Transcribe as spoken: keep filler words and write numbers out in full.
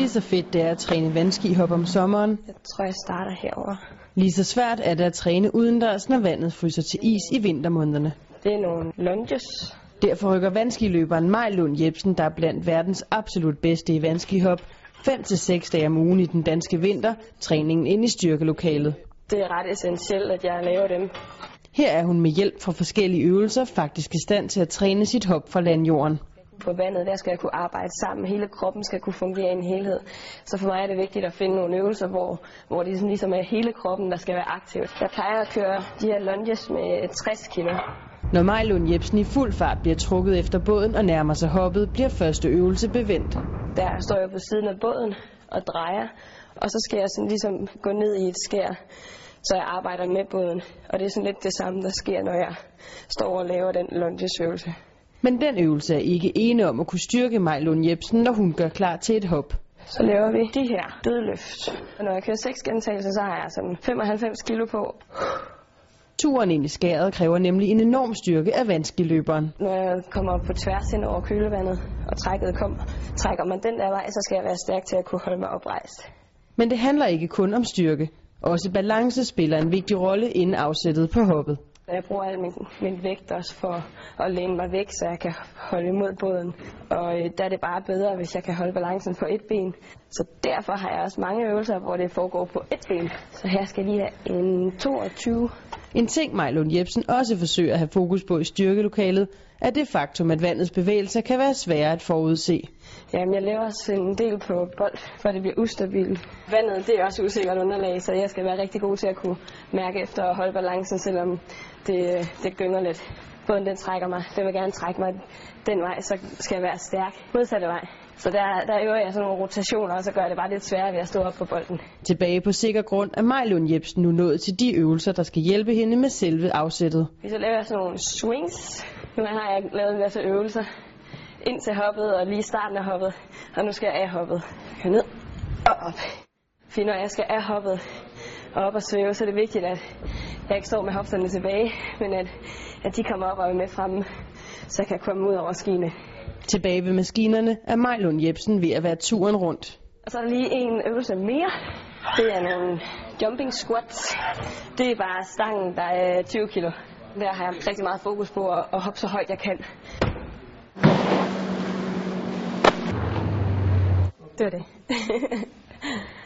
Lige så fedt det er at træne vandskihop om sommeren, Jeg tror, jeg starter herover. lige så svært er det at træne udendørs, når vandet fryser til is i vintermånederne. Det er nogle lunges. Derfor rykker vandskiløberen Maj Lund Jepsen, der er blandt verdens absolut bedste i vandskihop, fem til seks dage om ugen i den danske vinter, træningen ind i styrkelokalet. Det er ret essentielt, at jeg laver dem. Her er hun med hjælp fra forskellige øvelser faktisk i stand til at træne sit hop fra landjorden. På vandet, der skal jeg kunne arbejde sammen. Hele kroppen skal kunne fungere i en helhed. Så for mig er det vigtigt at finde nogle øvelser, hvor, hvor det ligesom er hele kroppen, der skal være aktiv. Jeg plejer at køre de her lunges med tres kilo. Når Maj Lund Jepsen i fuld fart bliver trukket efter båden og nærmer sig hoppet, bliver første øvelse bevendt. Der står jeg på siden af båden og drejer, og så skal jeg sådan ligesom gå ned i et skær, så jeg arbejder med båden. Og det er sådan lidt det samme, der sker, når jeg står og laver den lungesøvelse. Men den øvelse er ikke ene om at kunne styrke Maj Lund Jepsen, når hun gør klar til et hop. Så laver vi de her dødløft. Og når jeg kører seks gentagelser, så har jeg sådan femoghalvfems kilo på. Turen ind i skæret kræver nemlig en enorm styrke af vandskiløberen. Når jeg kommer på tværs ind over kølevandet, og trækket kommer, trækker man den der vej, så skal jeg være stærk til at kunne holde mig oprejst. Men det handler ikke kun om styrke. Også balance spiller en vigtig rolle inden afsættet på hoppet. Jeg bruger al min, min vægt også for at læne mig væk, så jeg kan holde imod båden. Og øh, der er det bare bedre, hvis jeg kan holde balancen på et ben. Så derfor har jeg også mange øvelser, hvor det foregår på et ben. Så her skal jeg lige have en toogtyve. En ting Maj Lund Jepsen også forsøger at have fokus på i styrkelokalet, er det faktum, at vandets bevægelser kan være svære at forudse. Jamen, jeg laver også en del på bold, for det bliver ustabilt. Vandet, det er også usikkert underlag, så jeg skal være rigtig god til at kunne mærke efter at holde balancen, selvom det, det gynger lidt. Båden den trækker mig, den vil gerne trække mig den vej, så skal jeg være stærk modsatte vej. Så der, der øver jeg sådan nogle rotationer, og så gør det bare lidt sværere ved at stå op på bolden. Tilbage på sikker grund er Maj Lund Jepsen nu nået til de øvelser, der skal hjælpe hende med selve afsættet. Så laver jeg sådan nogle swings. Nu har jeg lavet en masse øvelser ind til hoppet og lige starten af hoppet. Og nu skal jeg af hoppet. Kør ned og op. For når jeg skal af hoppet og op og svæve, så er det vigtigt, at jeg ikke står med hofterne tilbage, men at, at de kommer op og er med fremme, så jeg kan komme ud over skiene. Tilbage ved maskinerne er Maj Lund Jepsen ved at være turen rundt. Og så er der lige en øvelse mere. Det er nogle jumping squats. Det er bare stangen, der er tyve kilo. Der har jeg rigtig meget fokus på at, at hoppe så højt jeg kan. Det var det.